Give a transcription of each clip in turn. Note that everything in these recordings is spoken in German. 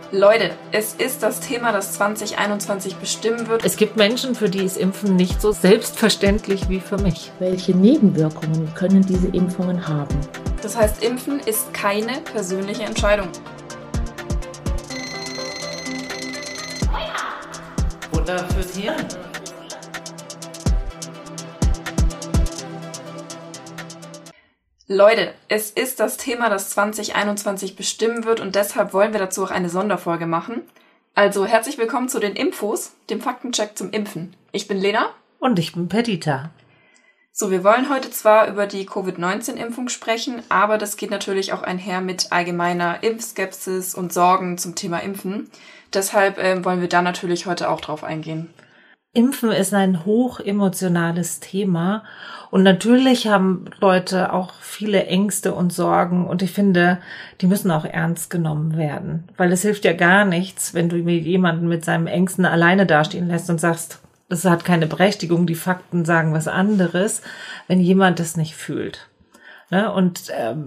Leute, es ist das Thema, das 2021 bestimmen wird. Es gibt Menschen, für die ist Impfen nicht so selbstverständlich wie für mich. Welche Nebenwirkungen können diese Impfungen haben? Das heißt, Impfen ist keine persönliche Entscheidung. Oder fürs Hirn. Leute, es ist das Thema, das 2021 bestimmen wird und deshalb wollen wir dazu auch eine Sonderfolge machen. Also herzlich willkommen zu den Infos, dem Faktencheck zum Impfen. Ich bin Lena. Und ich bin Perdita. So, wir wollen heute zwar über die Covid-19-Impfung sprechen, aber das geht natürlich auch einher mit allgemeiner Impfskepsis und Sorgen zum Thema Impfen. Deshalb wollen wir da natürlich heute auch drauf eingehen. Impfen ist ein hochemotionales Thema und natürlich haben Leute auch viele Ängste und Sorgen und ich finde, die müssen auch ernst genommen werden, weil es hilft ja gar nichts, wenn du jemanden mit seinen Ängsten alleine dastehen lässt und sagst, das hat keine Berechtigung, die Fakten sagen was anderes, wenn jemand das nicht fühlt. Ne? Und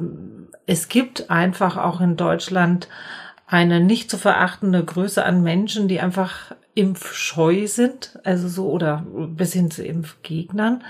es gibt einfach auch in Deutschland eine nicht zu verachtende Größe an Menschen, die einfach impfscheu sind, also so oder bis hin zu Impfgegnern.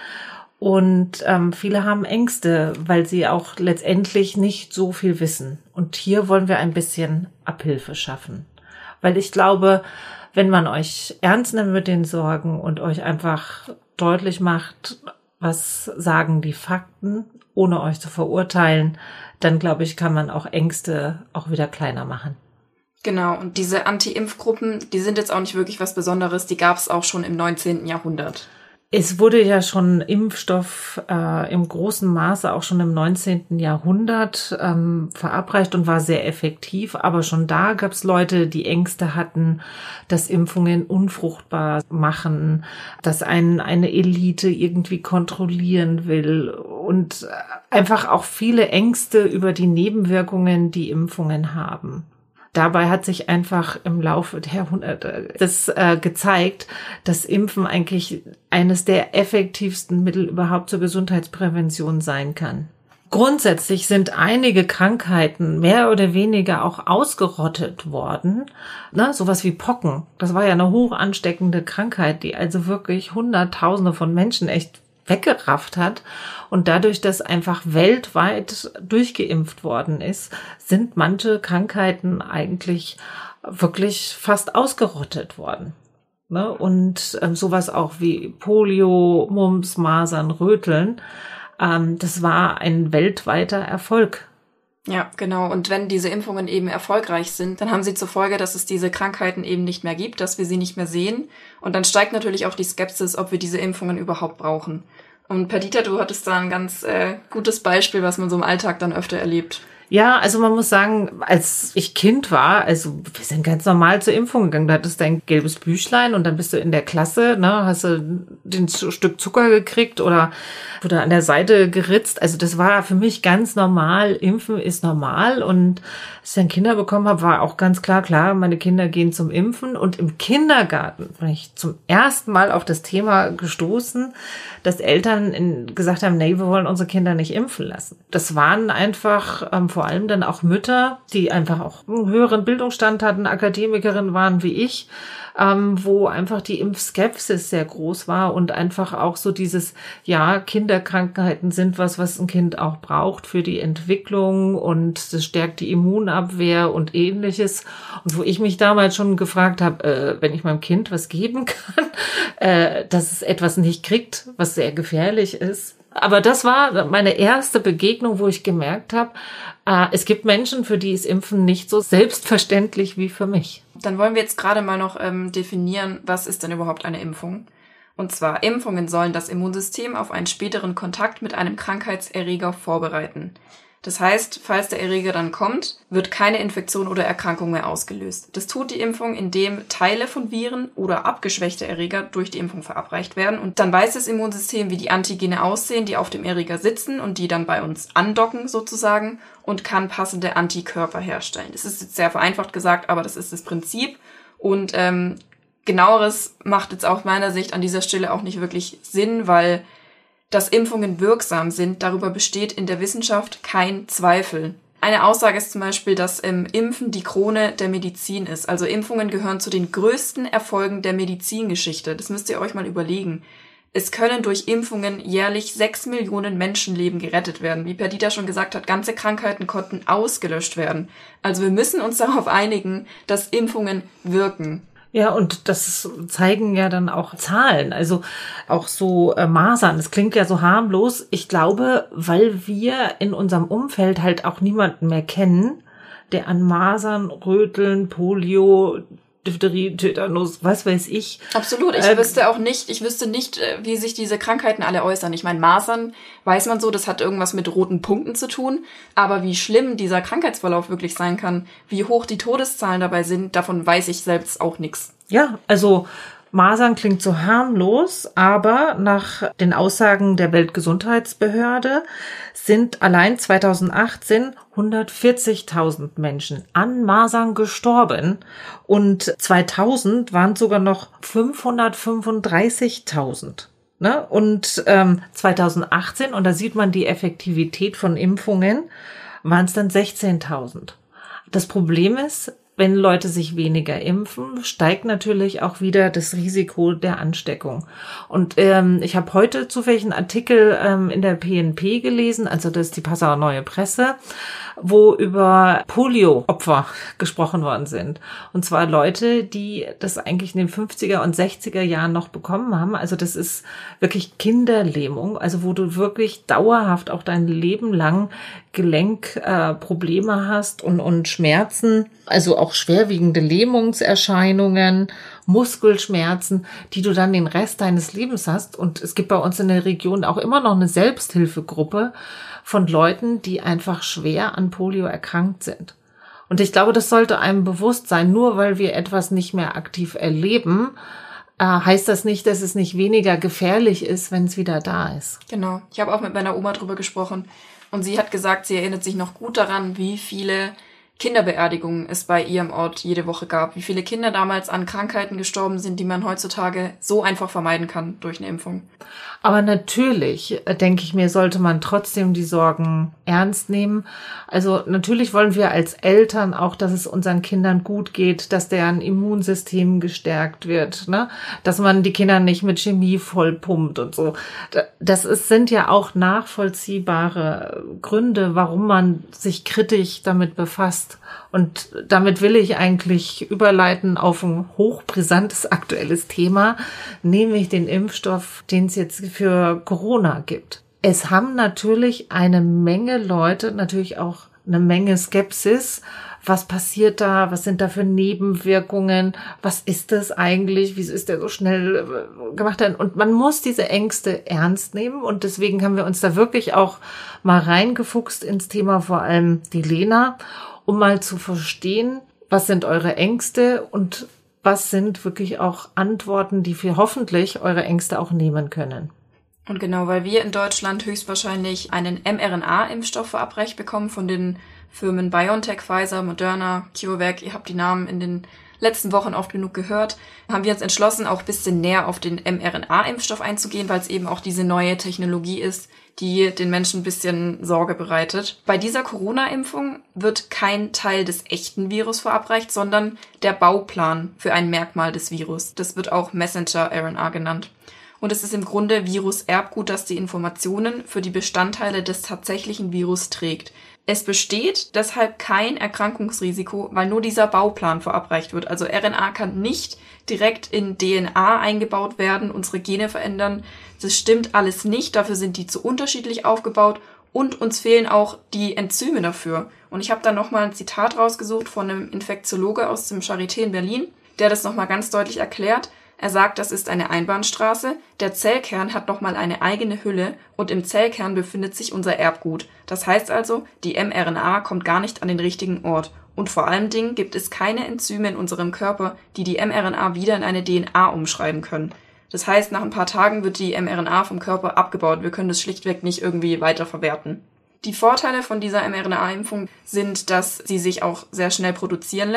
Und viele haben Ängste, weil sie auch letztendlich nicht so viel wissen. Und hier wollen wir ein bisschen Abhilfe schaffen. Weil ich glaube, wenn man euch ernst nimmt mit den Sorgen und euch einfach deutlich macht, was sagen die Fakten, ohne euch zu verurteilen, dann glaube ich, kann man auch Ängste auch wieder kleiner machen. Genau, und diese Anti-Impfgruppen, die sind jetzt auch nicht wirklich was Besonderes, die gab es auch schon im 19. Jahrhundert. Es wurde ja schon Impfstoff im großen Maße auch schon im 19. Jahrhundert verabreicht und war sehr effektiv. Aber schon da gab es Leute, die Ängste hatten, dass Impfungen unfruchtbar machen, dass eine Elite irgendwie kontrollieren will und einfach auch viele Ängste über die Nebenwirkungen, die Impfungen haben. Dabei hat sich einfach im Laufe der Jahrhunderte das gezeigt, dass Impfen eigentlich eines der effektivsten Mittel überhaupt zur Gesundheitsprävention sein kann. Grundsätzlich sind einige Krankheiten mehr oder weniger auch ausgerottet worden. Ne, sowas wie Pocken, das war ja eine hoch ansteckende Krankheit, die also wirklich Hunderttausende von Menschen echt weggerafft hat. Und dadurch, dass einfach weltweit durchgeimpft worden ist, sind manche Krankheiten eigentlich wirklich fast ausgerottet worden. Ne? Und sowas auch wie Polio, Mumps, Masern, Röteln, das war ein weltweiter Erfolg. Ja, genau. Und wenn diese Impfungen eben erfolgreich sind, dann haben sie zur Folge, dass es diese Krankheiten eben nicht mehr gibt, dass wir sie nicht mehr sehen. Und dann steigt natürlich auch die Skepsis, ob wir diese Impfungen überhaupt brauchen. Und Perdita, du hattest da ein ganz gutes Beispiel, was man so im Alltag dann öfter erlebt. Ja, also man muss sagen, als ich Kind war, also wir sind ganz normal zur Impfung gegangen. Da hattest du ein gelbes Büchlein und dann bist du in der Klasse, ne, hast du den Stück Zucker gekriegt oder wurde an der Seite geritzt. Also das war für mich ganz normal. Impfen ist normal. Und als ich dann Kinder bekommen habe, war auch ganz klar, meine Kinder gehen zum Impfen. Und im Kindergarten bin ich zum ersten Mal auf das Thema gestoßen, dass Eltern gesagt haben, nee, wir wollen unsere Kinder nicht impfen lassen. Das waren einfach vor allem dann auch Mütter, die einfach auch einen höheren Bildungsstand hatten, Akademikerinnen waren wie ich, wo einfach die Impfskepsis sehr groß war und einfach auch so dieses, ja, Kinderkrankheiten sind was ein Kind auch braucht für die Entwicklung und das stärkt die Immunabwehr und ähnliches. Und wo ich mich damals schon gefragt habe, wenn ich meinem Kind was geben kann, dass es etwas nicht kriegt, was sehr gefährlich ist. Aber das war meine erste Begegnung, wo ich gemerkt habe, es gibt Menschen, für die ist Impfen nicht so selbstverständlich wie für mich. Dann wollen wir jetzt gerade mal noch definieren, was ist denn überhaupt eine Impfung? Und zwar, Impfungen sollen das Immunsystem auf einen späteren Kontakt mit einem Krankheitserreger vorbereiten. Das heißt, falls der Erreger dann kommt, wird keine Infektion oder Erkrankung mehr ausgelöst. Das tut die Impfung, indem Teile von Viren oder abgeschwächte Erreger durch die Impfung verabreicht werden. Und dann weiß das Immunsystem, wie die Antigene aussehen, die auf dem Erreger sitzen und die dann bei uns andocken sozusagen und kann passende Antikörper herstellen. Das ist jetzt sehr vereinfacht gesagt, aber das ist das Prinzip. Und genaueres macht jetzt aus meiner Sicht an dieser Stelle auch nicht wirklich Sinn, weil dass Impfungen wirksam sind, darüber besteht in der Wissenschaft kein Zweifel. Eine Aussage ist zum Beispiel, dass Impfen die Krone der Medizin ist. Also Impfungen gehören zu den größten Erfolgen der Medizingeschichte. Das müsst ihr euch mal überlegen. Es können durch Impfungen jährlich 6 Millionen Menschenleben gerettet werden. Wie Perdita schon gesagt hat, ganze Krankheiten konnten ausgelöscht werden. Also wir müssen uns darauf einigen, dass Impfungen wirken. Ja, und das zeigen ja dann auch Zahlen, also auch so Masern. Es klingt ja so harmlos. Ich glaube, weil wir in unserem Umfeld halt auch niemanden mehr kennen, der an Masern, Röteln, Polio, Diphtherie, Tetanus, was weiß ich. Absolut. Ich wüsste nicht, wie sich diese Krankheiten alle äußern. Ich meine, Masern weiß man so, das hat irgendwas mit roten Punkten zu tun. Aber wie schlimm dieser Krankheitsverlauf wirklich sein kann, wie hoch die Todeszahlen dabei sind, davon weiß ich selbst auch nichts. Ja, also Masern klingt so harmlos, aber nach den Aussagen der Weltgesundheitsbehörde sind allein 2018 140.000 Menschen an Masern gestorben und 2000 waren sogar noch 535.000. Ne? Und 2018, und da sieht man die Effektivität von Impfungen, waren es dann 16.000. Das Problem ist, wenn Leute sich weniger impfen, steigt natürlich auch wieder das Risiko der Ansteckung. Und ich habe heute zufällig einen Artikel in der PNP gelesen, also das ist die Passauer Neue Presse, wo über Polio-Opfer gesprochen worden sind. Und zwar Leute, die das eigentlich in den 50er und 60er Jahren noch bekommen haben. Also das ist wirklich Kinderlähmung, also wo du wirklich dauerhaft auch dein Leben lang Gelenkprobleme hast und Schmerzen, also auch schwerwiegende Lähmungserscheinungen, Muskelschmerzen, die du dann den Rest deines Lebens hast. Und es gibt bei uns in der Region auch immer noch eine Selbsthilfegruppe von Leuten, die einfach schwer an Polio erkrankt sind. Und ich glaube, das sollte einem bewusst sein. Nur weil wir etwas nicht mehr aktiv erleben, heißt das nicht, dass es nicht weniger gefährlich ist, wenn es wieder da ist. Genau. Ich habe auch mit meiner Oma drüber gesprochen. Und sie hat gesagt, sie erinnert sich noch gut daran, wie viele Kinderbeerdigungen es bei ihrem Ort jede Woche gab. Wie viele Kinder damals an Krankheiten gestorben sind, die man heutzutage so einfach vermeiden kann durch eine Impfung. Aber natürlich, denke ich mir, sollte man trotzdem die Sorgen ernst nehmen. Also natürlich wollen wir als Eltern auch, dass es unseren Kindern gut geht, dass deren Immunsystem gestärkt wird, ne? Dass man die Kinder nicht mit Chemie vollpumpt und so. Sind ja auch nachvollziehbare Gründe, warum man sich kritisch damit befasst. Und damit will ich eigentlich überleiten auf ein hochbrisantes aktuelles Thema, nämlich den Impfstoff, den es jetzt für Corona gibt. Es haben natürlich eine Menge Leute, natürlich auch eine Menge Skepsis. Was passiert da? Was sind da für Nebenwirkungen? Was ist das eigentlich? Wieso ist der so schnell gemacht? Und man muss diese Ängste ernst nehmen. Und deswegen haben wir uns da wirklich auch mal reingefuchst ins Thema, vor allem die Lena, um mal zu verstehen, was sind eure Ängste und was sind wirklich auch Antworten, die wir hoffentlich eure Ängste auch nehmen können. Und genau, weil wir in Deutschland höchstwahrscheinlich einen mRNA-Impfstoff verabreicht bekommen von den Firmen BioNTech, Pfizer, Moderna, CureVac, ihr habt die Namen in den letzten Wochen oft genug gehört, haben wir uns entschlossen, auch ein bisschen näher auf den mRNA-Impfstoff einzugehen, weil es eben auch diese neue Technologie ist, die den Menschen ein bisschen Sorge bereitet. Bei dieser Corona-Impfung wird kein Teil des echten Virus verabreicht, sondern der Bauplan für ein Merkmal des Virus. Das wird auch Messenger-RNA genannt. Und es ist im Grunde Viruserbgut, das die Informationen für die Bestandteile des tatsächlichen Virus trägt. Es besteht deshalb kein Erkrankungsrisiko, weil nur dieser Bauplan verabreicht wird. Also RNA kann nicht direkt in DNA eingebaut werden, unsere Gene verändern. Das stimmt alles nicht, dafür sind die zu unterschiedlich aufgebaut und uns fehlen auch die Enzyme dafür. Und ich habe da nochmal ein Zitat rausgesucht von einem Infektiologe aus dem Charité in Berlin, der das nochmal ganz deutlich erklärt. Er sagt, das ist eine Einbahnstraße, der Zellkern hat nochmal eine eigene Hülle und im Zellkern befindet sich unser Erbgut. Das heißt also, die mRNA kommt gar nicht an den richtigen Ort. Und vor allen Dingen gibt es keine Enzyme in unserem Körper, die die mRNA wieder in eine DNA umschreiben können. Das heißt, nach ein paar Tagen wird die mRNA vom Körper abgebaut. Wir können das schlichtweg nicht irgendwie weiterverwerten. Die Vorteile von dieser mRNA-Impfung sind, dass sie sich auch sehr schnell produzieren lässt.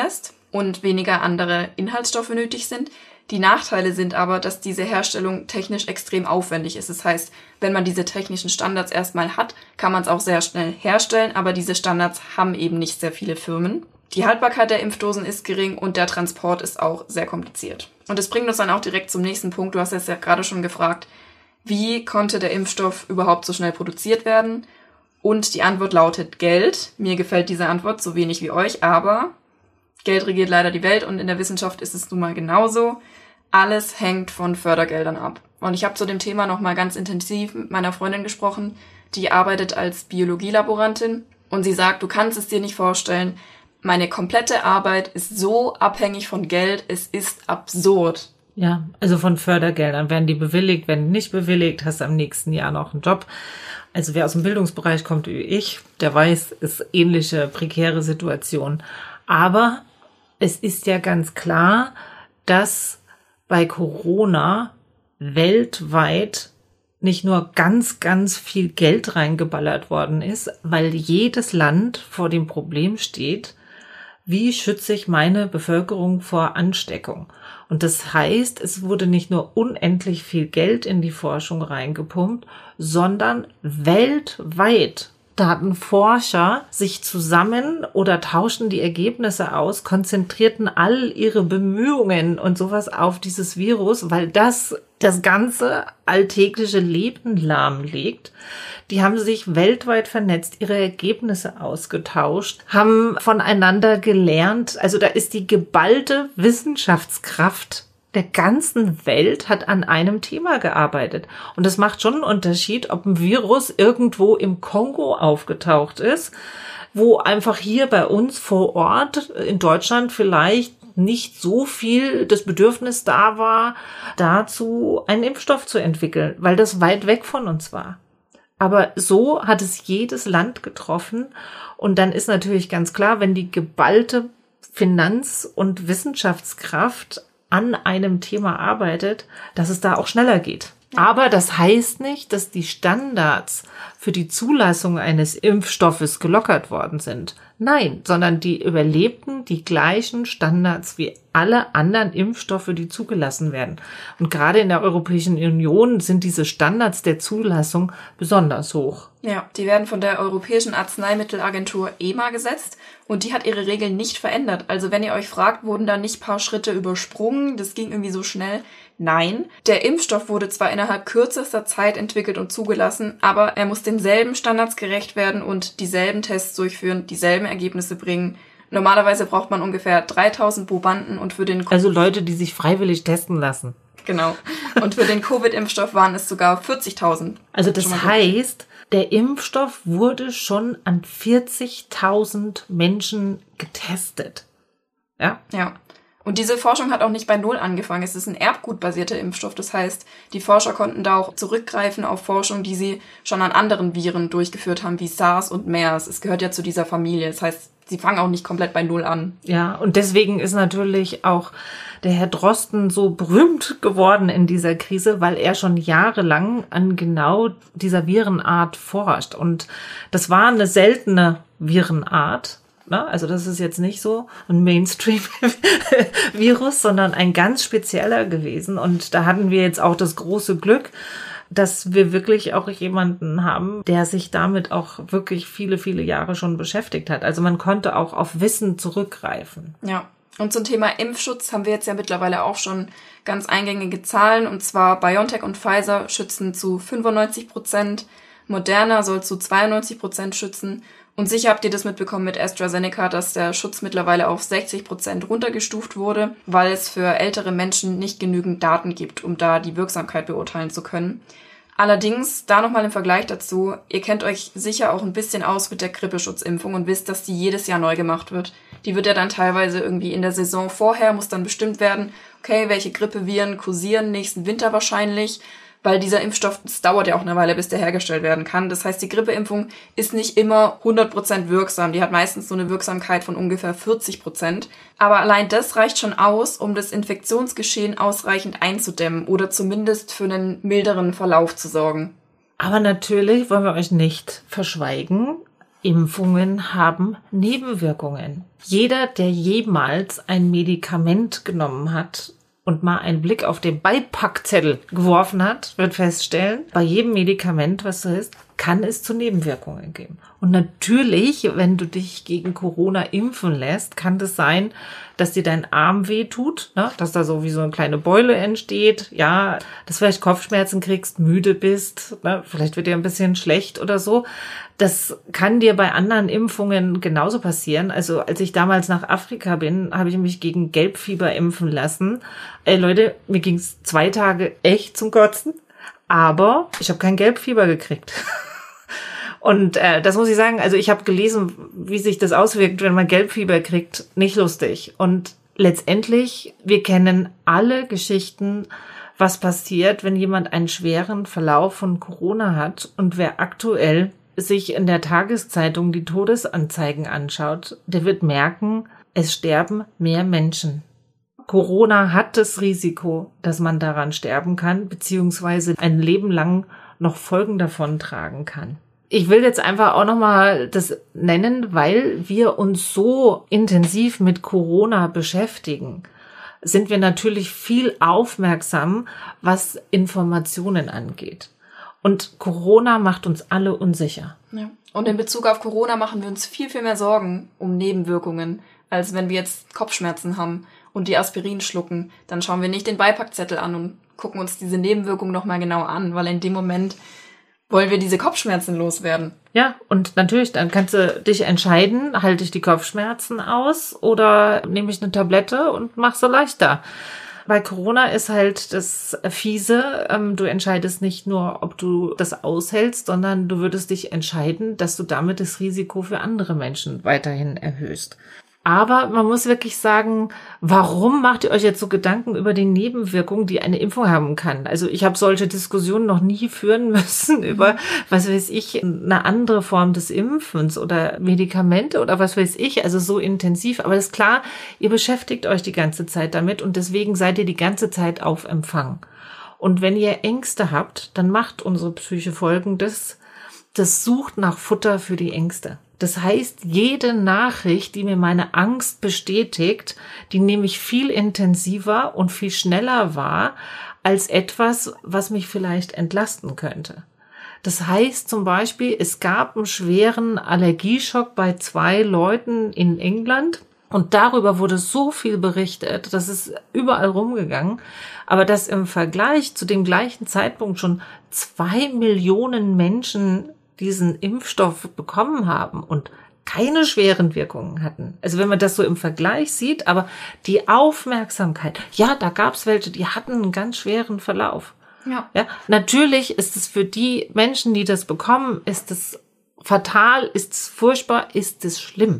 und weniger andere Inhaltsstoffe nötig sind. Die Nachteile sind aber, dass diese Herstellung technisch extrem aufwendig ist. Das heißt, wenn man diese technischen Standards erstmal hat, kann man es auch sehr schnell herstellen, aber diese Standards haben eben nicht sehr viele Firmen. Die Haltbarkeit der Impfdosen ist gering und der Transport ist auch sehr kompliziert. Und das bringt uns dann auch direkt zum nächsten Punkt. Du hast jetzt ja gerade schon gefragt, wie konnte der Impfstoff überhaupt so schnell produziert werden? Und die Antwort lautet Geld. Mir gefällt diese Antwort so wenig wie euch, aber Geld regiert leider die Welt und in der Wissenschaft ist es nun mal genauso. Alles hängt von Fördergeldern ab. Und ich habe zu dem Thema nochmal ganz intensiv mit meiner Freundin gesprochen, die arbeitet als Biologielaborantin und sie sagt, du kannst es dir nicht vorstellen, meine komplette Arbeit ist so abhängig von Geld, es ist absurd. Ja, also von Fördergeldern. Werden die bewilligt, werden die nicht bewilligt, hast du am nächsten Jahr noch einen Job. Also wer aus dem Bildungsbereich kommt wie ich, der weiß, ist ähnliche prekäre Situation. Aber es ist ja ganz klar, dass bei Corona weltweit nicht nur ganz, ganz viel Geld reingeballert worden ist, weil jedes Land vor dem Problem steht, wie schütze ich meine Bevölkerung vor Ansteckung? Und das heißt, es wurde nicht nur unendlich viel Geld in die Forschung reingepumpt, sondern weltweit. Da hatten Forscher sich zusammen oder tauschten die Ergebnisse aus, konzentrierten all ihre Bemühungen und sowas auf dieses Virus, weil das ganze alltägliche Leben lahmlegt. Die haben sich weltweit vernetzt, ihre Ergebnisse ausgetauscht, haben voneinander gelernt. Also da ist die geballte Wissenschaftskraft der ganzen Welt hat an einem Thema gearbeitet. Und das macht schon einen Unterschied, ob ein Virus irgendwo im Kongo aufgetaucht ist, wo einfach hier bei uns vor Ort in Deutschland vielleicht nicht so viel das Bedürfnis da war, dazu einen Impfstoff zu entwickeln, weil das weit weg von uns war. Aber so hat es jedes Land getroffen. Und dann ist natürlich ganz klar, wenn die geballte Finanz- und Wissenschaftskraft an einem Thema arbeitet, dass es da auch schneller geht. Aber das heißt nicht, dass die Standards für die Zulassung eines Impfstoffes gelockert worden sind. Nein, sondern die überlebten die gleichen Standards wie alle anderen Impfstoffe, die zugelassen werden. Und gerade in der Europäischen Union sind diese Standards der Zulassung besonders hoch. Ja, die werden von der Europäischen Arzneimittelagentur EMA gesetzt und die hat ihre Regeln nicht verändert. Also wenn ihr euch fragt, wurden da nicht ein paar Schritte übersprungen, das ging irgendwie so schnell. Nein, der Impfstoff wurde zwar innerhalb kürzester Zeit entwickelt und zugelassen, aber er muss denselben Standards gerecht werden und dieselben Tests durchführen, dieselben Ergebnisse bringen. Normalerweise braucht man ungefähr 3000 Probanden und für den... Also Leute, die sich freiwillig testen lassen. Genau. Und für den Covid-Impfstoff waren es sogar 40.000. Also das heißt, der Impfstoff wurde schon an 40.000 Menschen getestet. Ja? Ja. Und diese Forschung hat auch nicht bei Null angefangen. Es ist ein erbgutbasierter Impfstoff. Das heißt, die Forscher konnten da auch zurückgreifen auf Forschung, die sie schon an anderen Viren durchgeführt haben, wie SARS und MERS. Es gehört ja zu dieser Familie. Das heißt, sie fangen auch nicht komplett bei Null an. Ja, und deswegen ist natürlich auch der Herr Drosten so berühmt geworden in dieser Krise, weil er schon jahrelang an genau dieser Virenart forscht. Und das war eine seltene Virenart. Also das ist jetzt nicht so ein Mainstream-Virus, sondern ein ganz spezieller gewesen. Und da hatten wir jetzt auch das große Glück, dass wir wirklich auch jemanden haben, der sich damit auch wirklich viele, viele Jahre schon beschäftigt hat. Also man konnte auch auf Wissen zurückgreifen. Ja, und zum Thema Impfschutz haben wir jetzt ja mittlerweile auch schon ganz eingängige Zahlen. Und zwar BioNTech und Pfizer schützen zu 95%, Moderna soll zu 92% schützen. Und sicher habt ihr das mitbekommen mit AstraZeneca, dass der Schutz mittlerweile auf 60% runtergestuft wurde, weil es für ältere Menschen nicht genügend Daten gibt, um da die Wirksamkeit beurteilen zu können. Allerdings, da nochmal im Vergleich dazu, ihr kennt euch sicher auch ein bisschen aus mit der Grippeschutzimpfung und wisst, dass die jedes Jahr neu gemacht wird. Die wird ja dann teilweise irgendwie in der Saison vorher, muss dann bestimmt werden, okay, welche Grippeviren kursieren nächsten Winter wahrscheinlich, weil dieser Impfstoff, es dauert ja auch eine Weile, bis der hergestellt werden kann. Das heißt, die Grippeimpfung ist nicht immer 100% wirksam. Die hat meistens so eine Wirksamkeit von ungefähr 40%. Aber allein das reicht schon aus, um das Infektionsgeschehen ausreichend einzudämmen oder zumindest für einen milderen Verlauf zu sorgen. Aber natürlich wollen wir euch nicht verschweigen, Impfungen haben Nebenwirkungen. Jeder, der jemals ein Medikament genommen hat und mal einen Blick auf den Beipackzettel geworfen hat, wird feststellen, bei jedem Medikament, was du isst, kann es zu Nebenwirkungen geben. Und natürlich, wenn du dich gegen Corona impfen lässt, kann das sein, dass dir dein Arm wehtut, ne? Dass da so wie so eine kleine Beule entsteht, ja, dass du vielleicht Kopfschmerzen kriegst, müde bist, ne? Vielleicht wird dir ein bisschen schlecht oder so. Das kann dir bei anderen Impfungen genauso passieren. Also als ich damals nach Afrika bin, habe ich mich gegen Gelbfieber impfen lassen. Leute, mir ging es 2 Tage echt zum Kotzen, aber ich habe kein Gelbfieber gekriegt. Und das muss ich sagen, also ich habe gelesen, wie sich das auswirkt, wenn man Gelbfieber kriegt. Nicht lustig. Und letztendlich, wir kennen alle Geschichten, was passiert, wenn jemand einen schweren Verlauf von Corona hat. Und wer aktuell sich in der Tageszeitung die Todesanzeigen anschaut, der wird merken, es sterben mehr Menschen. Corona hat das Risiko, dass man daran sterben kann, beziehungsweise ein Leben lang noch Folgen davon tragen kann. Ich will jetzt einfach auch nochmal das nennen, weil wir uns so intensiv mit Corona beschäftigen, sind wir natürlich viel aufmerksam, was Informationen angeht. Und Corona macht uns alle unsicher. Ja. Und in Bezug auf Corona machen wir uns viel, viel mehr Sorgen um Nebenwirkungen, als wenn wir jetzt Kopfschmerzen haben und die Aspirin schlucken. Dann schauen wir nicht den Beipackzettel an und gucken uns diese Nebenwirkungen nochmal genau an, weil in dem Moment wollen wir diese Kopfschmerzen loswerden. Ja, und natürlich, dann kannst du dich entscheiden, halte ich die Kopfschmerzen aus oder nehme ich eine Tablette und mach so leichter. Bei Corona ist halt das Fiese, du entscheidest nicht nur, ob du das aushältst, sondern du würdest dich entscheiden, dass du damit das Risiko für andere Menschen weiterhin erhöhst. Aber man muss wirklich sagen, warum macht ihr euch jetzt so Gedanken über die Nebenwirkungen, die eine Impfung haben kann? Also ich habe solche Diskussionen noch nie führen müssen über, was weiß ich, eine andere Form des Impfens oder Medikamente oder was weiß ich, also so intensiv. Aber das ist klar, ihr beschäftigt euch die ganze Zeit damit und deswegen seid ihr die ganze Zeit auf Empfang. Und wenn ihr Ängste habt, dann macht unsere Psyche Folgendes: Das sucht nach Futter für die Ängste. Das heißt, jede Nachricht, die mir meine Angst bestätigt, die nehme ich viel intensiver und viel schneller wahr als etwas, was mich vielleicht entlasten könnte. Das heißt zum Beispiel, es gab einen schweren Allergieschock bei 2 Leuten in England. Und darüber wurde so viel berichtet, das ist überall rumgegangen. Aber dass im Vergleich zu dem gleichen Zeitpunkt schon 2 Millionen Menschen diesen Impfstoff bekommen haben und keine schweren Wirkungen hatten. Also wenn man das so im Vergleich sieht, aber die Aufmerksamkeit, ja, da gab es welche, die hatten einen ganz schweren Verlauf. Ja, natürlich ist es für die Menschen, die das bekommen, ist es fatal, ist es furchtbar, ist es schlimm.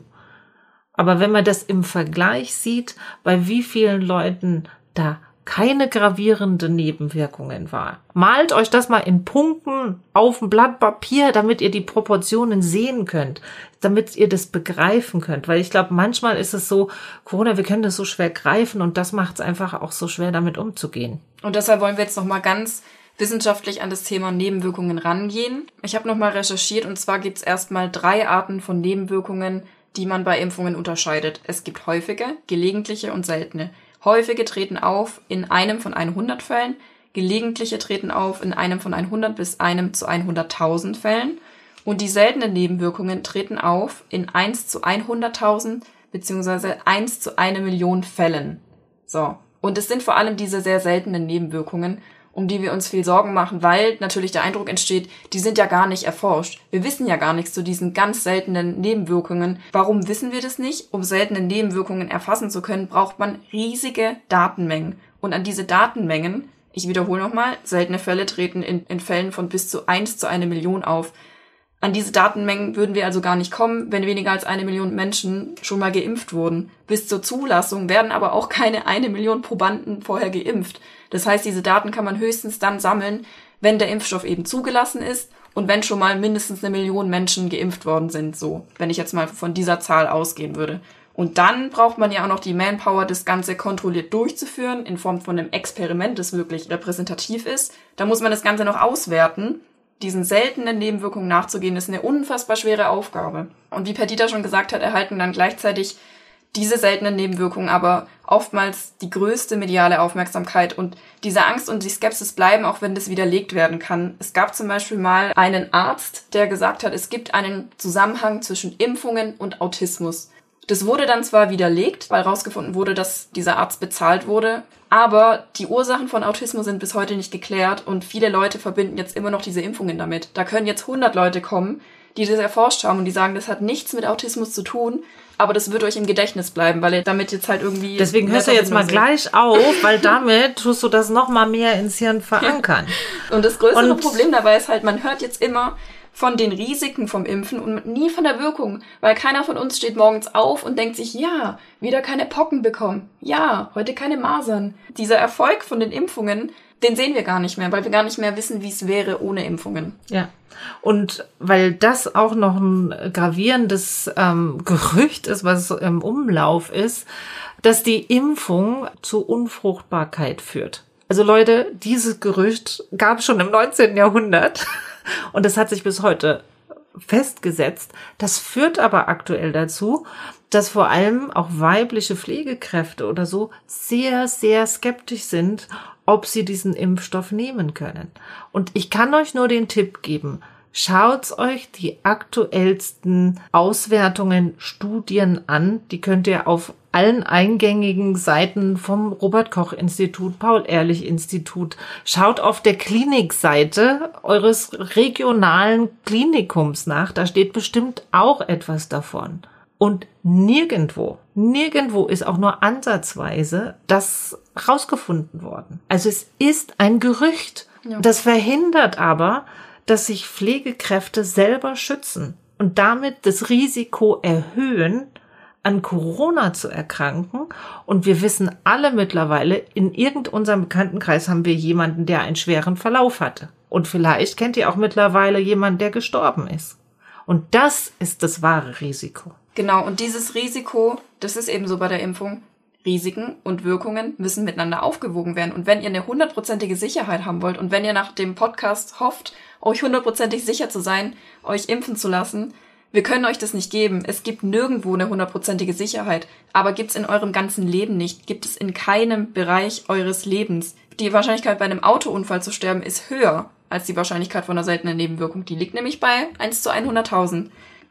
Aber wenn man das im Vergleich sieht, bei wie vielen Leuten da keine gravierenden Nebenwirkungen war. Malt euch das mal in Punkten auf ein Blatt Papier, damit ihr die Proportionen sehen könnt, damit ihr das begreifen könnt. Weil ich glaube, manchmal ist es so, Corona, wir können das so schwer greifen und das macht es einfach auch so schwer, damit umzugehen. Und deshalb wollen wir jetzt nochmal ganz wissenschaftlich an das Thema Nebenwirkungen rangehen. Ich habe nochmal recherchiert und zwar gibt es erstmal 3 Arten von Nebenwirkungen, die man bei Impfungen unterscheidet. Es gibt häufige, gelegentliche und seltene. Häufige treten auf in einem von 100 Fällen, gelegentliche treten auf in einem von 100 bis einem zu 100.000 Fällen und die seltenen Nebenwirkungen treten auf in 1 zu 100.000 beziehungsweise 1 zu 1 Million Fällen. So. Und es sind vor allem diese sehr seltenen Nebenwirkungen, um die wir uns viel Sorgen machen, weil natürlich der Eindruck entsteht, die sind ja gar nicht erforscht. Wir wissen ja gar nichts zu diesen ganz seltenen Nebenwirkungen. Warum wissen wir das nicht? Um seltene Nebenwirkungen erfassen zu können, braucht man riesige Datenmengen. Und an diese Datenmengen, ich wiederhole nochmal, seltene Fälle treten in Fällen von bis zu 1 zu 1 Million auf. An diese Datenmengen würden wir also gar nicht kommen, wenn weniger als 1 Million Menschen schon mal geimpft wurden. Bis zur Zulassung werden aber auch keine 1 Million Probanden vorher geimpft. Das heißt, diese Daten kann man höchstens dann sammeln, wenn der Impfstoff eben zugelassen ist und wenn schon mal mindestens 1 Million Menschen geimpft worden sind, so, wenn ich jetzt mal von dieser Zahl ausgehen würde. Und dann braucht man ja auch noch die Manpower, das Ganze kontrolliert durchzuführen, in Form von einem Experiment, das wirklich repräsentativ ist. Da muss man das Ganze noch auswerten. diesen seltenen Nebenwirkungen nachzugehen, ist eine unfassbar schwere Aufgabe. Und wie Perdita schon gesagt hat, erhalten dann gleichzeitig diese seltenen Nebenwirkungen aber oftmals die größte mediale Aufmerksamkeit und diese Angst und die Skepsis bleiben, auch wenn das widerlegt werden kann. Es gab zum Beispiel mal einen Arzt, der gesagt hat, es gibt einen Zusammenhang zwischen Impfungen und Autismus. Das wurde dann zwar widerlegt, weil rausgefunden wurde, dass dieser Arzt bezahlt wurde, aber die Ursachen von Autismus sind bis heute nicht geklärt und viele Leute verbinden jetzt immer noch diese Impfungen damit. Da können jetzt 100 Leute kommen, die das erforscht haben und die sagen, das hat nichts mit Autismus zu tun, aber das wird euch im Gedächtnis bleiben, weil ihr damit jetzt halt irgendwie... Deswegen hörst du jetzt mal gleich auf, weil damit tust du das noch mal mehr ins Hirn verankern. Ja. Und das größere Problem dabei ist halt, man hört jetzt immer von den Risiken vom Impfen und nie von der Wirkung, weil keiner von uns steht morgens auf und denkt sich, ja, wieder keine Pocken bekommen, ja, heute keine Masern. Dieser Erfolg von den Impfungen, den sehen wir gar nicht mehr, weil wir gar nicht mehr wissen, wie es wäre ohne Impfungen. Ja, und weil das auch noch ein gravierendes Gerücht ist, was im Umlauf ist, dass die Impfung zu Unfruchtbarkeit führt. Also Leute, dieses Gerücht gab es schon im 19. Jahrhundert und das hat sich bis heute festgesetzt. Das führt aber aktuell dazu, dass vor allem auch weibliche Pflegekräfte oder so sehr, sehr skeptisch sind, ob sie diesen Impfstoff nehmen können. Und ich kann euch nur den Tipp geben, schaut euch die aktuellsten Auswertungen, Studien an. Die könnt ihr auf allen eingängigen Seiten vom Robert-Koch-Institut, Paul-Ehrlich-Institut. Schaut auf der Klinikseite eures regionalen Klinikums nach. Da steht bestimmt auch etwas davon. Und nirgendwo ist auch nur ansatzweise das rausgefunden worden. Also es ist ein Gerücht. Ja. Das verhindert aber, dass sich Pflegekräfte selber schützen und damit das Risiko erhöhen, an Corona zu erkranken. Und wir wissen alle mittlerweile, in irgendeinem Bekanntenkreis haben wir jemanden, der einen schweren Verlauf hatte. Und vielleicht kennt ihr auch mittlerweile jemanden, der gestorben ist. Und das ist das wahre Risiko. Genau, und dieses Risiko, das ist eben so bei der Impfung, Risiken und Wirkungen müssen miteinander aufgewogen werden. Und wenn ihr eine 100%ige Sicherheit haben wollt und wenn ihr nach dem Podcast hofft, euch 100%ig sicher zu sein, euch impfen zu lassen, wir können euch das nicht geben. Es gibt nirgendwo eine 100%ige Sicherheit, aber gibt's in eurem ganzen Leben nicht. Gibt es in keinem Bereich eures Lebens. Die Wahrscheinlichkeit, bei einem Autounfall zu sterben, ist höher als die Wahrscheinlichkeit von einer seltenen Nebenwirkung. Die liegt nämlich bei 1 zu 100.000.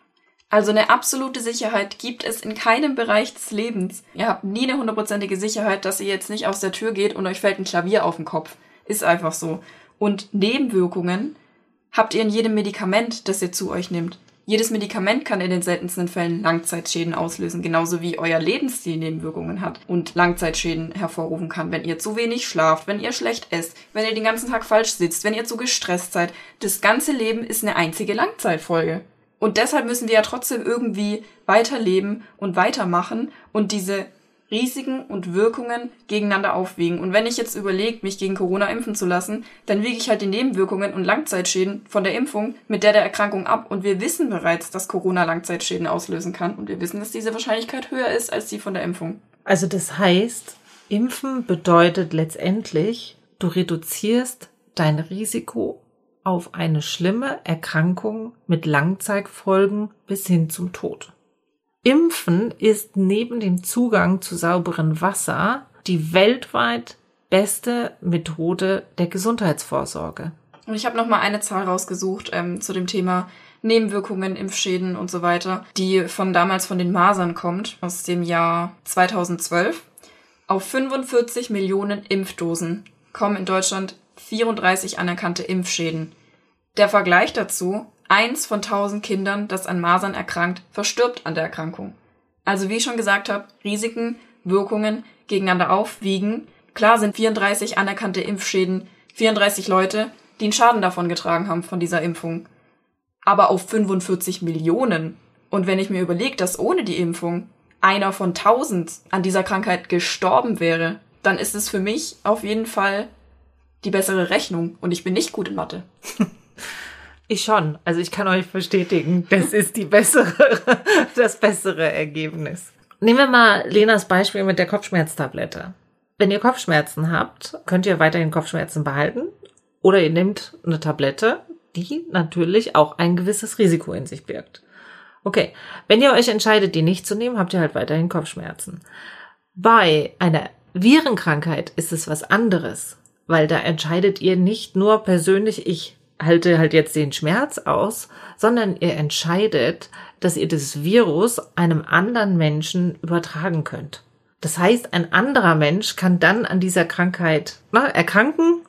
Also eine absolute Sicherheit gibt es in keinem Bereich des Lebens. Ihr habt nie eine 100%ige Sicherheit, dass ihr jetzt nicht aus der Tür geht und euch fällt ein Klavier auf den Kopf. Ist einfach so. Und Nebenwirkungen habt ihr in jedem Medikament, das ihr zu euch nehmt. Jedes Medikament kann in den seltensten Fällen Langzeitschäden auslösen, genauso wie euer Lebensstil Nebenwirkungen hat und Langzeitschäden hervorrufen kann, wenn ihr zu wenig schlaft, wenn ihr schlecht esst, wenn ihr den ganzen Tag falsch sitzt, wenn ihr zu gestresst seid. Das ganze Leben ist eine einzige Langzeitfolge. Und deshalb müssen wir ja trotzdem irgendwie weiterleben und weitermachen und diese Risiken und Wirkungen gegeneinander aufwiegen. Und wenn ich jetzt überlege, mich gegen Corona impfen zu lassen, dann wiege ich halt die Nebenwirkungen und Langzeitschäden von der Impfung mit der Erkrankung ab. Und wir wissen bereits, dass Corona Langzeitschäden auslösen kann. Und wir wissen, dass diese Wahrscheinlichkeit höher ist als die von der Impfung. Also das heißt, Impfen bedeutet letztendlich, du reduzierst dein Risiko auf eine schlimme Erkrankung mit Langzeitfolgen bis hin zum Tod. Impfen ist neben dem Zugang zu sauberem Wasser die weltweit beste Methode der Gesundheitsvorsorge. Und ich habe noch mal eine Zahl rausgesucht zu dem Thema Nebenwirkungen, Impfschäden und so weiter, die damals von den Masern kommt, aus dem Jahr 2012. Auf 45 Millionen Impfdosen kommen in Deutschland 34 anerkannte Impfschäden. Der Vergleich dazu: 1 von 1000 Kindern, das an Masern erkrankt, verstirbt an der Erkrankung. Also wie ich schon gesagt habe, Risiken, Wirkungen gegeneinander aufwiegen. Klar sind 34 anerkannte Impfschäden 34 Leute, die einen Schaden davon getragen haben von dieser Impfung. Aber auf 45 Millionen. Und wenn ich mir überlege, dass ohne die Impfung einer von 1000 an dieser Krankheit gestorben wäre, dann ist es für mich auf jeden Fall die bessere Rechnung. Und ich bin nicht gut in Mathe. Ich schon. Also ich kann euch bestätigen, das ist das bessere Ergebnis. Nehmen wir mal Lenas Beispiel mit der Kopfschmerztablette. Wenn ihr Kopfschmerzen habt, könnt ihr weiterhin Kopfschmerzen behalten oder ihr nehmt eine Tablette, die natürlich auch ein gewisses Risiko in sich birgt. Okay, wenn ihr euch entscheidet, die nicht zu nehmen, habt ihr halt weiterhin Kopfschmerzen. Bei einer Virenkrankheit ist es was anderes, weil da entscheidet ihr nicht nur persönlich, ich halte halt jetzt den Schmerz aus, sondern ihr entscheidet, dass ihr das Virus einem anderen Menschen übertragen könnt. Das heißt, ein anderer Mensch kann dann an dieser Krankheit erkranken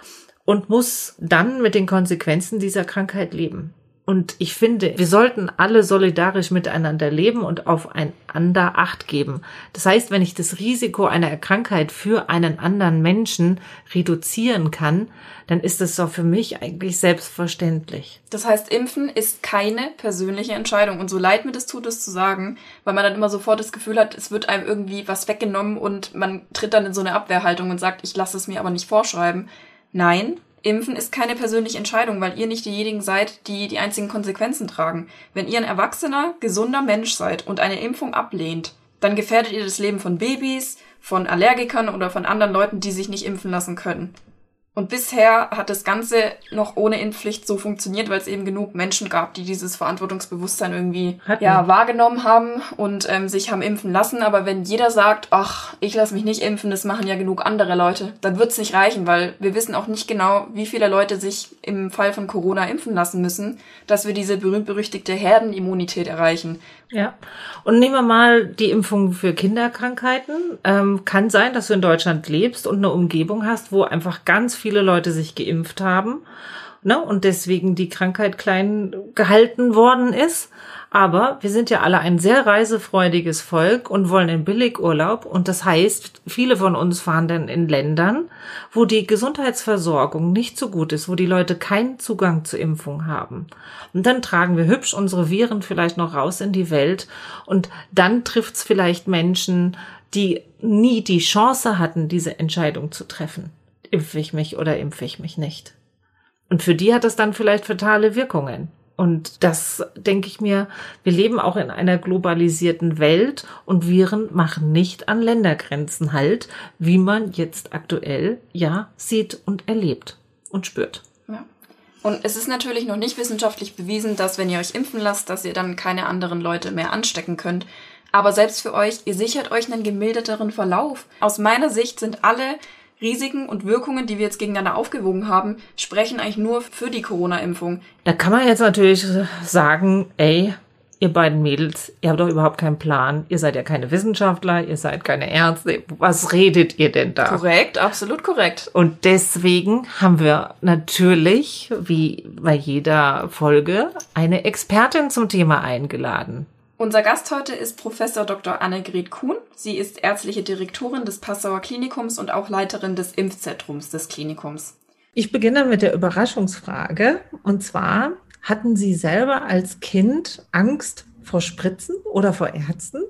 und muss dann mit den Konsequenzen dieser Krankheit leben. Und ich finde, wir sollten alle solidarisch miteinander leben und aufeinander Acht geben. Das heißt, wenn ich das Risiko einer Krankheit für einen anderen Menschen reduzieren kann, dann ist das doch für mich eigentlich selbstverständlich. Das heißt, Impfen ist keine persönliche Entscheidung. Und so leid mir das tut, es zu sagen, weil man dann immer sofort das Gefühl hat, es wird einem irgendwie was weggenommen und man tritt dann in so eine Abwehrhaltung und sagt, ich lasse es mir aber nicht vorschreiben. Nein, Impfen ist keine persönliche Entscheidung, weil ihr nicht diejenigen seid, die die einzigen Konsequenzen tragen. Wenn ihr ein erwachsener, gesunder Mensch seid und eine Impfung ablehnt, dann gefährdet ihr das Leben von Babys, von Allergikern oder von anderen Leuten, die sich nicht impfen lassen können. Und bisher hat das Ganze noch ohne Impfpflicht so funktioniert, weil es eben genug Menschen gab, die dieses Verantwortungsbewusstsein irgendwie wahrgenommen haben und sich haben impfen lassen. Aber wenn jeder sagt, ach, ich lasse mich nicht impfen, das machen ja genug andere Leute, dann wird es nicht reichen, weil wir wissen auch nicht genau, wie viele Leute sich im Fall von Corona impfen lassen müssen, dass wir diese berühmt-berüchtigte Herdenimmunität erreichen. Ja, und nehmen wir mal die Impfung für Kinderkrankheiten. Kann sein, dass du in Deutschland lebst und eine Umgebung hast, wo einfach ganz viele Leute sich geimpft haben, ne, und deswegen die Krankheit klein gehalten worden ist. Aber wir sind ja alle ein sehr reisefreudiges Volk und wollen in Billigurlaub. Und das heißt, viele von uns fahren dann in Ländern, wo die Gesundheitsversorgung nicht so gut ist, wo die Leute keinen Zugang zur Impfung haben. Und dann tragen wir hübsch unsere Viren vielleicht noch raus in die Welt. Und dann trifft's vielleicht Menschen, die nie die Chance hatten, diese Entscheidung zu treffen. Impfe ich mich oder impfe ich mich nicht? Und für die hat es dann vielleicht fatale Wirkungen. Und das, denke ich mir, wir leben auch in einer globalisierten Welt und Viren machen nicht an Ländergrenzen Halt, wie man jetzt aktuell ja sieht und erlebt und spürt. Ja. Und es ist natürlich noch nicht wissenschaftlich bewiesen, dass wenn ihr euch impfen lasst, dass ihr dann keine anderen Leute mehr anstecken könnt. Aber selbst für euch, ihr sichert euch einen gemildeteren Verlauf. Aus meiner Sicht sind alle Risiken und Wirkungen, die wir jetzt gegeneinander aufgewogen haben, sprechen eigentlich nur für die Corona-Impfung. Da kann man jetzt natürlich sagen, ey, ihr beiden Mädels, ihr habt doch überhaupt keinen Plan. Ihr seid ja keine Wissenschaftler, ihr seid keine Ärzte. Was redet ihr denn da? Korrekt, absolut korrekt. Und deswegen haben wir natürlich, wie bei jeder Folge, eine Expertin zum Thema eingeladen. Unser Gast heute ist Professor Dr. Annegret Kuhn. Sie ist ärztliche Direktorin des Passauer Klinikums und auch Leiterin des Impfzentrums des Klinikums. Ich beginne mit der Überraschungsfrage. Und zwar, hatten Sie selber als Kind Angst vor Spritzen oder vor Ärzten?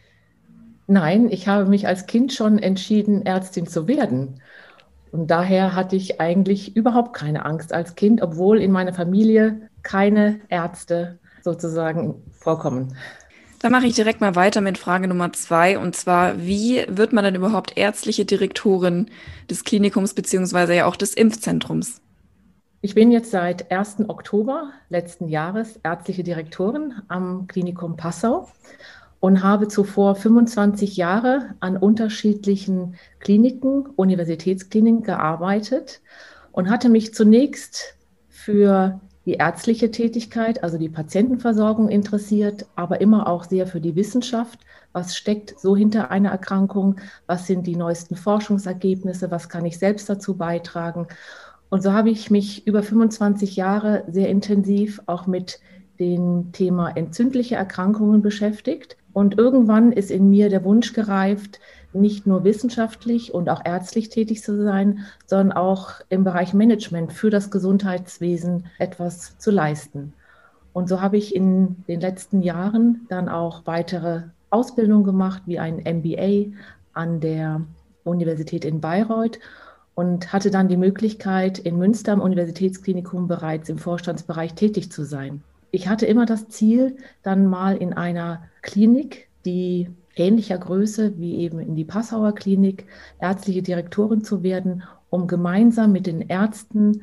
Nein, ich habe mich als Kind schon entschieden, Ärztin zu werden. Und daher hatte ich eigentlich überhaupt keine Angst als Kind, obwohl in meiner Familie keine Ärzte sozusagen vorkommen. Da mache ich direkt mal weiter mit Frage Nummer 2. Und zwar, wie wird man denn überhaupt ärztliche Direktorin des Klinikums beziehungsweise ja auch des Impfzentrums? Ich bin jetzt seit 1. Oktober letzten Jahres ärztliche Direktorin am Klinikum Passau und habe zuvor 25 Jahre an unterschiedlichen Kliniken, Universitätskliniken gearbeitet und hatte mich zunächst für die ärztliche Tätigkeit, also die Patientenversorgung interessiert, aber immer auch sehr für die Wissenschaft. Was steckt so hinter einer Erkrankung? Was sind die neuesten Forschungsergebnisse? Was kann ich selbst dazu beitragen? Und so habe ich mich über 25 Jahre sehr intensiv auch mit dem Thema entzündliche Erkrankungen beschäftigt. Und irgendwann ist in mir der Wunsch gereift, nicht nur wissenschaftlich und auch ärztlich tätig zu sein, sondern auch im Bereich Management für das Gesundheitswesen etwas zu leisten. Und so habe ich in den letzten Jahren dann auch weitere Ausbildungen gemacht, wie ein MBA an der Universität in Bayreuth und hatte dann die Möglichkeit, in Münster am Universitätsklinikum bereits im Vorstandsbereich tätig zu sein. Ich hatte immer das Ziel, dann mal in einer Klinik, die ähnlicher Größe wie eben in die Passauer Klinik, ärztliche Direktorin zu werden, um gemeinsam mit den Ärzten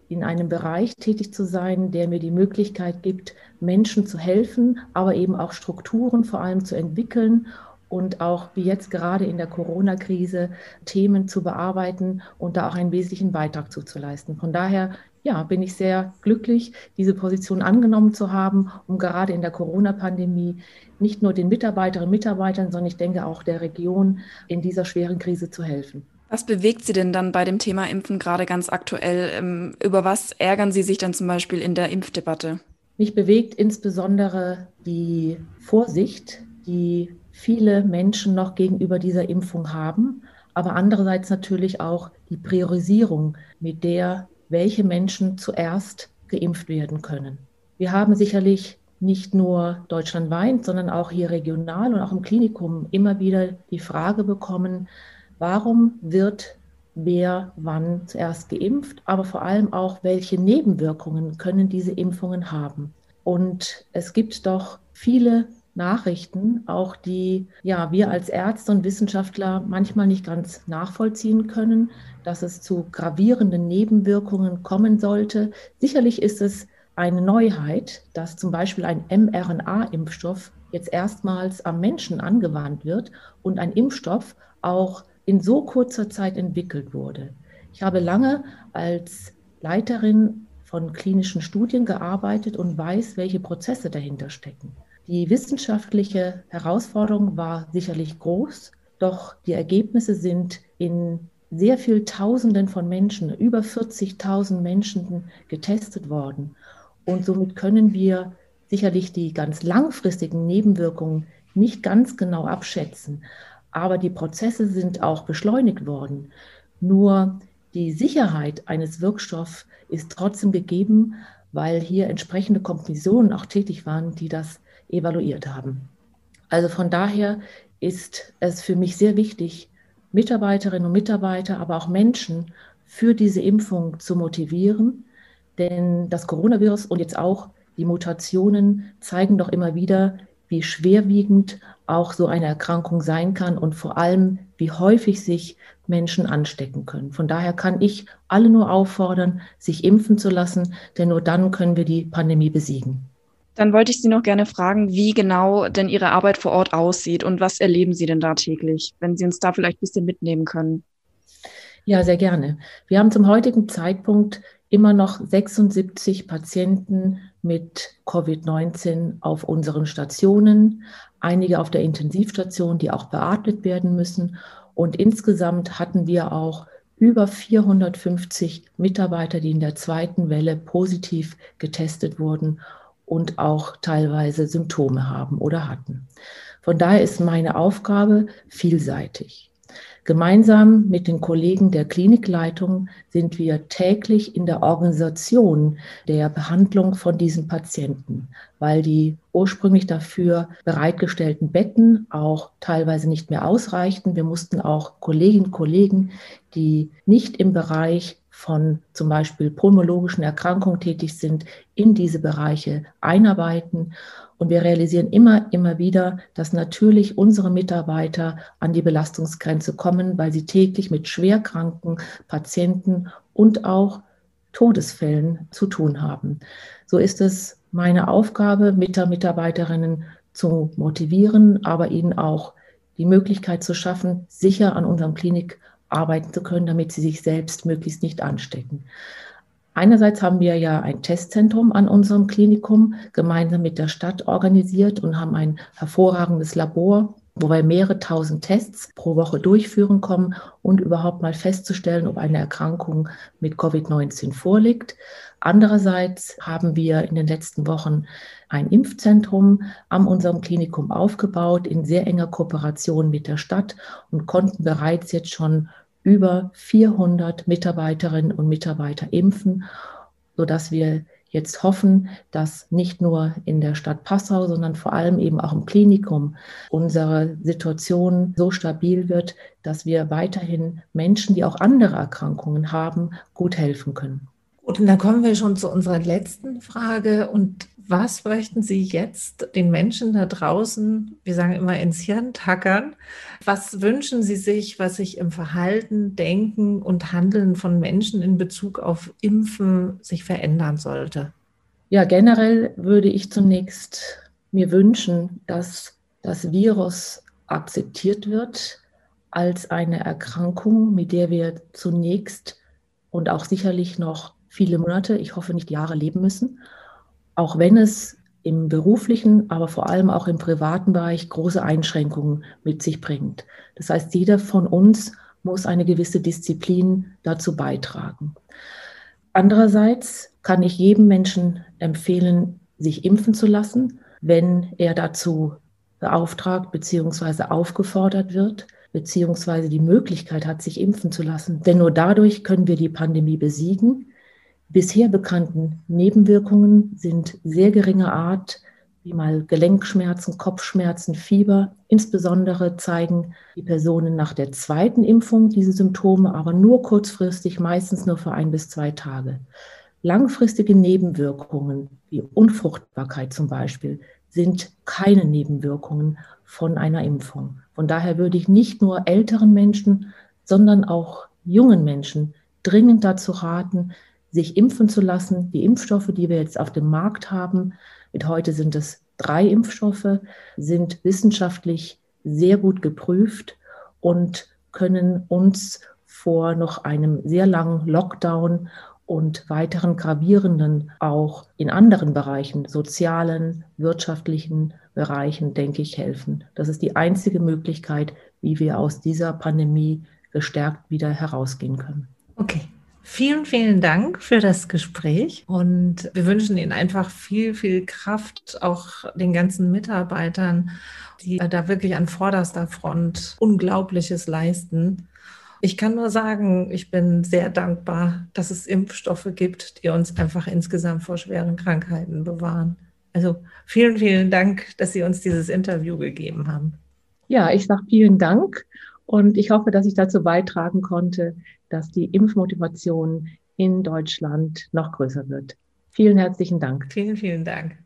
in einem Bereich tätig zu sein, der mir die Möglichkeit gibt, Menschen zu helfen, aber eben auch Strukturen vor allem zu entwickeln und auch wie jetzt gerade in der Corona-Krise Themen zu bearbeiten und da auch einen wesentlichen Beitrag zuzuleisten. Von daher, ja, bin ich sehr glücklich, diese Position angenommen zu haben, um gerade in der Corona-Pandemie nicht nur den Mitarbeiterinnen und Mitarbeitern, sondern ich denke auch der Region in dieser schweren Krise zu helfen. Was bewegt Sie denn dann bei dem Thema Impfen gerade ganz aktuell? Über was ärgern Sie sich dann zum Beispiel in der Impfdebatte? Mich bewegt insbesondere die Vorsicht, die viele Menschen noch gegenüber dieser Impfung haben, aber andererseits natürlich auch die Priorisierung, mit der welche Menschen zuerst geimpft werden können. Wir haben sicherlich nicht nur deutschlandweit, sondern auch hier regional und auch im Klinikum immer wieder die Frage bekommen, warum wird wer wann zuerst geimpft, aber vor allem auch, welche Nebenwirkungen können diese Impfungen haben. Und es gibt doch viele Nachrichten, auch die ja wir als Ärzte und Wissenschaftler manchmal nicht ganz nachvollziehen können, dass es zu gravierenden Nebenwirkungen kommen sollte. Sicherlich ist es eine Neuheit, dass zum Beispiel ein mRNA-Impfstoff jetzt erstmals am Menschen angewandt wird und ein Impfstoff auch in so kurzer Zeit entwickelt wurde. Ich habe lange als Leiterin von klinischen Studien gearbeitet und weiß, welche Prozesse dahinter stecken. Die wissenschaftliche Herausforderung war sicherlich groß, doch die Ergebnisse sind in sehr vielen Tausenden von Menschen, über 40.000 Menschen getestet worden. Und somit können wir sicherlich die ganz langfristigen Nebenwirkungen nicht ganz genau abschätzen. Aber die Prozesse sind auch beschleunigt worden. Nur die Sicherheit eines Wirkstoffs ist trotzdem gegeben, weil hier entsprechende Kommissionen auch tätig waren, die das evaluiert haben. Also von daher ist es für mich sehr wichtig, Mitarbeiterinnen und Mitarbeiter, aber auch Menschen für diese Impfung zu motivieren. Denn das Coronavirus und jetzt auch die Mutationen zeigen doch immer wieder, wie schwerwiegend auch so eine Erkrankung sein kann und vor allem, wie häufig sich Menschen anstecken können. Von daher kann ich alle nur auffordern, sich impfen zu lassen, denn nur dann können wir die Pandemie besiegen. Dann wollte ich Sie noch gerne fragen, wie genau denn Ihre Arbeit vor Ort aussieht und was erleben Sie denn da täglich, wenn Sie uns da vielleicht ein bisschen mitnehmen können. Ja, sehr gerne. Wir haben zum heutigen Zeitpunkt immer noch 76 Patienten mit Covid-19 auf unseren Stationen, einige auf der Intensivstation, die auch beatmet werden müssen. Und insgesamt hatten wir auch über 450 Mitarbeiter, die in der zweiten Welle positiv getestet wurden und auch teilweise Symptome haben oder hatten. Von daher ist meine Aufgabe vielseitig. Gemeinsam mit den Kollegen der Klinikleitung sind wir täglich in der Organisation der Behandlung von diesen Patienten, weil die ursprünglich dafür bereitgestellten Betten auch teilweise nicht mehr ausreichten. Wir mussten auch Kolleginnen und Kollegen, die nicht im Bereich von zum Beispiel pulmonologischen Erkrankungen tätig sind, in diese Bereiche einarbeiten. Und wir realisieren immer wieder, dass natürlich unsere Mitarbeiter an die Belastungsgrenze kommen, weil sie täglich mit schwerkranken Patienten und auch Todesfällen zu tun haben. So ist es meine Aufgabe, Mitarbeiterinnen zu motivieren, aber ihnen auch die Möglichkeit zu schaffen, sicher an unserem Klinik arbeiten zu können, damit sie sich selbst möglichst nicht anstecken. Einerseits haben wir ja ein Testzentrum an unserem Klinikum gemeinsam mit der Stadt organisiert und haben ein hervorragendes Labor, wo wir mehrere tausend Tests pro Woche durchführen können und überhaupt mal festzustellen, ob eine Erkrankung mit Covid-19 vorliegt. Andererseits haben wir in den letzten Wochen ein Impfzentrum an unserem Klinikum aufgebaut in sehr enger Kooperation mit der Stadt und konnten bereits jetzt schon über 400 Mitarbeiterinnen und Mitarbeiter impfen, sodass wir jetzt hoffen, dass nicht nur in der Stadt Passau, sondern vor allem eben auch im Klinikum unsere Situation so stabil wird, dass wir weiterhin Menschen, die auch andere Erkrankungen haben, gut helfen können. Und dann kommen wir schon zu unserer letzten Frage. Und was möchten Sie jetzt den Menschen da draußen, wir sagen immer, ins Hirn tackern? Was wünschen Sie sich, was sich im Verhalten, Denken und Handeln von Menschen in Bezug auf Impfen sich verändern sollte? Ja, generell würde ich zunächst mir wünschen, dass das Virus akzeptiert wird als eine Erkrankung, mit der wir zunächst und auch sicherlich noch viele Monate, ich hoffe nicht Jahre leben müssen, auch wenn es im beruflichen, aber vor allem auch im privaten Bereich große Einschränkungen mit sich bringt. Das heißt, jeder von uns muss eine gewisse Disziplin dazu beitragen. Andererseits kann ich jedem Menschen empfehlen, sich impfen zu lassen, wenn er dazu beauftragt bzw. aufgefordert wird, beziehungsweise die Möglichkeit hat, sich impfen zu lassen. Denn nur dadurch können wir die Pandemie besiegen. Bisher bekannten Nebenwirkungen sind sehr geringer Art, wie mal Gelenkschmerzen, Kopfschmerzen, Fieber. Insbesondere zeigen die Personen nach der zweiten Impfung diese Symptome, aber nur kurzfristig, meistens nur für 1 bis 2 Tage. Langfristige Nebenwirkungen, wie Unfruchtbarkeit zum Beispiel, sind keine Nebenwirkungen von einer Impfung. Von daher würde ich nicht nur älteren Menschen, sondern auch jungen Menschen dringend dazu raten, sich impfen zu lassen. Die Impfstoffe, die wir jetzt auf dem Markt haben, mit heute sind es 3 Impfstoffe, sind wissenschaftlich sehr gut geprüft und können uns vor noch einem sehr langen Lockdown und weiteren gravierenden, auch in anderen Bereichen, sozialen, wirtschaftlichen Bereichen, denke ich, helfen. Das ist die einzige Möglichkeit, wie wir aus dieser Pandemie gestärkt wieder herausgehen können. Okay. Vielen, vielen Dank für das Gespräch und wir wünschen Ihnen einfach viel, viel Kraft, auch den ganzen Mitarbeitern, die da wirklich an vorderster Front Unglaubliches leisten. Ich kann nur sagen, ich bin sehr dankbar, dass es Impfstoffe gibt, die uns einfach insgesamt vor schweren Krankheiten bewahren. Also vielen, vielen Dank, dass Sie uns dieses Interview gegeben haben. Ja, ich sage vielen Dank und ich hoffe, dass ich dazu beitragen konnte, dass die Impfmotivation in Deutschland noch größer wird. Vielen herzlichen Dank. Vielen, vielen Dank.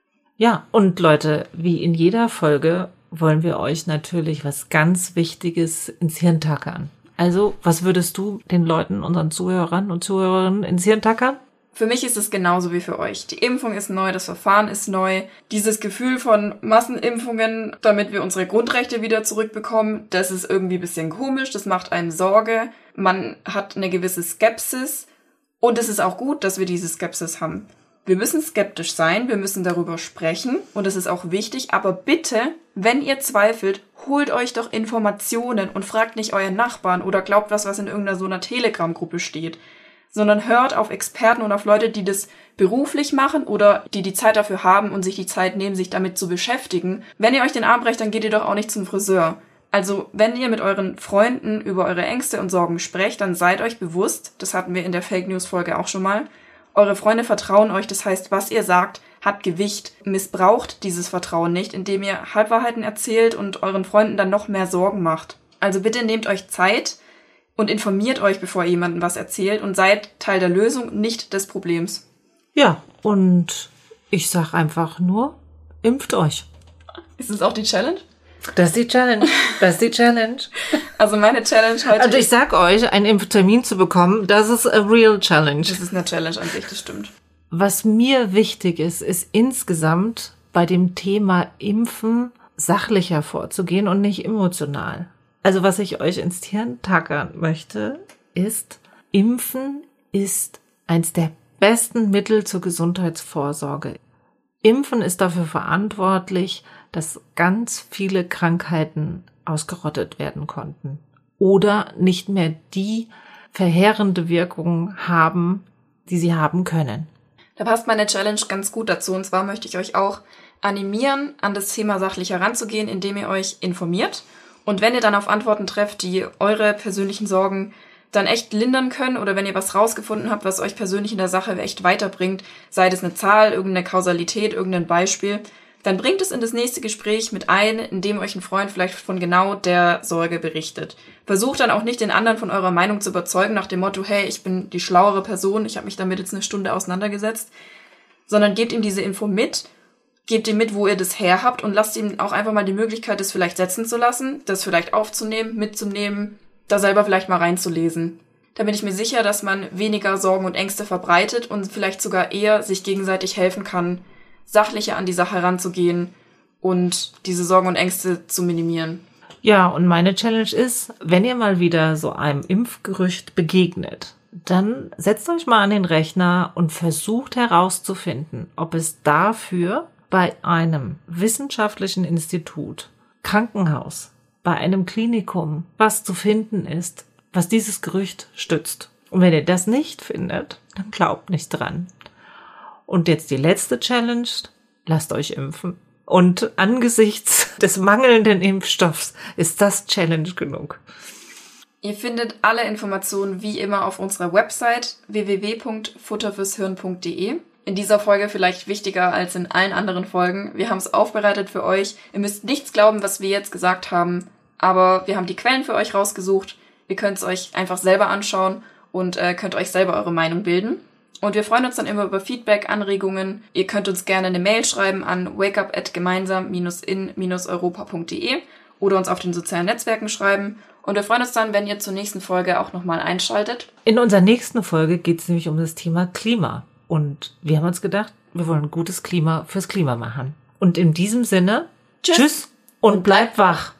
Ja, und Leute, wie in jeder Folge wollen wir euch natürlich was ganz Wichtiges ins Hirn tackern. Also, was würdest du den Leuten, unseren Zuhörern und Zuhörerinnen ins Hirn tackern? Für mich ist es genauso wie für euch. Die Impfung ist neu, das Verfahren ist neu. Dieses Gefühl von Massenimpfungen, damit wir unsere Grundrechte wieder zurückbekommen, das ist irgendwie ein bisschen komisch, das macht einem Sorge. Man hat eine gewisse Skepsis und es ist auch gut, dass wir diese Skepsis haben. Wir müssen skeptisch sein, wir müssen darüber sprechen und es ist auch wichtig, aber bitte, wenn ihr zweifelt, holt euch doch Informationen und fragt nicht euren Nachbarn oder glaubt was in irgendeiner so einer Telegram-Gruppe steht, sondern hört auf Experten und auf Leute, die das beruflich machen oder die Zeit dafür haben und sich die Zeit nehmen, sich damit zu beschäftigen. Wenn ihr euch den Arm brecht, dann geht ihr doch auch nicht zum Friseur. Also, wenn ihr mit euren Freunden über eure Ängste und Sorgen sprecht, dann seid euch bewusst, das hatten wir in der Fake News Folge auch schon mal, eure Freunde vertrauen euch, das heißt, was ihr sagt, hat Gewicht. Missbraucht dieses Vertrauen nicht, indem ihr Halbwahrheiten erzählt und euren Freunden dann noch mehr Sorgen macht. Also bitte nehmt euch Zeit und informiert euch, bevor ihr jemandem was erzählt und seid Teil der Lösung, nicht des Problems. Ja, und ich sag einfach nur, impft euch. Ist das auch die Challenge? Das ist die Challenge. Das ist die Challenge. Also meine Challenge heute Also ich sag euch, einen Impftermin zu bekommen, das ist a real challenge. Das ist eine Challenge an sich, das stimmt. Was mir wichtig ist insgesamt bei dem Thema Impfen sachlicher vorzugehen und nicht emotional. Also was ich euch ins Hirn tackern möchte, ist, Impfen ist eins der besten Mittel zur Gesundheitsvorsorge. Impfen ist dafür verantwortlich, dass ganz viele Krankheiten ausgerottet werden konnten oder nicht mehr die verheerende Wirkung haben, die sie haben können. Da passt meine Challenge ganz gut dazu. Und zwar möchte ich euch auch animieren, an das Thema sachlich heranzugehen, indem ihr euch informiert. Und wenn ihr dann auf Antworten trefft, die eure persönlichen Sorgen dann echt lindern können oder wenn ihr was rausgefunden habt, was euch persönlich in der Sache echt weiterbringt, sei das eine Zahl, irgendeine Kausalität, irgendein Beispiel, dann bringt es in das nächste Gespräch mit ein, in dem euch ein Freund vielleicht von genau der Sorge berichtet. Versucht dann auch nicht, den anderen von eurer Meinung zu überzeugen, nach dem Motto, hey, ich bin die schlauere Person, ich habe mich damit jetzt eine Stunde auseinandergesetzt, sondern gebt ihm diese Info mit, gebt ihm mit, wo ihr das her habt und lasst ihm auch einfach mal die Möglichkeit, das vielleicht setzen zu lassen, das vielleicht aufzunehmen, mitzunehmen, da selber vielleicht mal reinzulesen. Da bin ich mir sicher, dass man weniger Sorgen und Ängste verbreitet und vielleicht sogar eher sich gegenseitig helfen kann, sachlicher an die Sache heranzugehen und diese Sorgen und Ängste zu minimieren. Ja, und meine Challenge ist, wenn ihr mal wieder so einem Impfgerücht begegnet, dann setzt euch mal an den Rechner und versucht herauszufinden, ob es dafür bei einem wissenschaftlichen Institut, Krankenhaus, bei einem Klinikum was zu finden ist, was dieses Gerücht stützt. Und wenn ihr das nicht findet, dann glaubt nicht dran. Und jetzt die letzte Challenge, lasst euch impfen. Und angesichts des mangelnden Impfstoffs ist das Challenge genug. Ihr findet alle Informationen wie immer auf unserer Website www.futterfürshirn.de. In dieser Folge vielleicht wichtiger als in allen anderen Folgen. Wir haben es aufbereitet für euch. Ihr müsst nichts glauben, was wir jetzt gesagt haben, aber wir haben die Quellen für euch rausgesucht. Ihr könnt es euch einfach selber anschauen und könnt euch selber eure Meinung bilden. Und wir freuen uns dann immer über Feedback, Anregungen. Ihr könnt uns gerne eine Mail schreiben an wakeup@gemeinsam-in-europa.de oder uns auf den sozialen Netzwerken schreiben. Und wir freuen uns dann, wenn ihr zur nächsten Folge auch nochmal einschaltet. In unserer nächsten Folge geht es nämlich um das Thema Klima. Und wir haben uns gedacht, wir wollen ein gutes Klima fürs Klima machen. Und in diesem Sinne, tschüss und bleibt wach.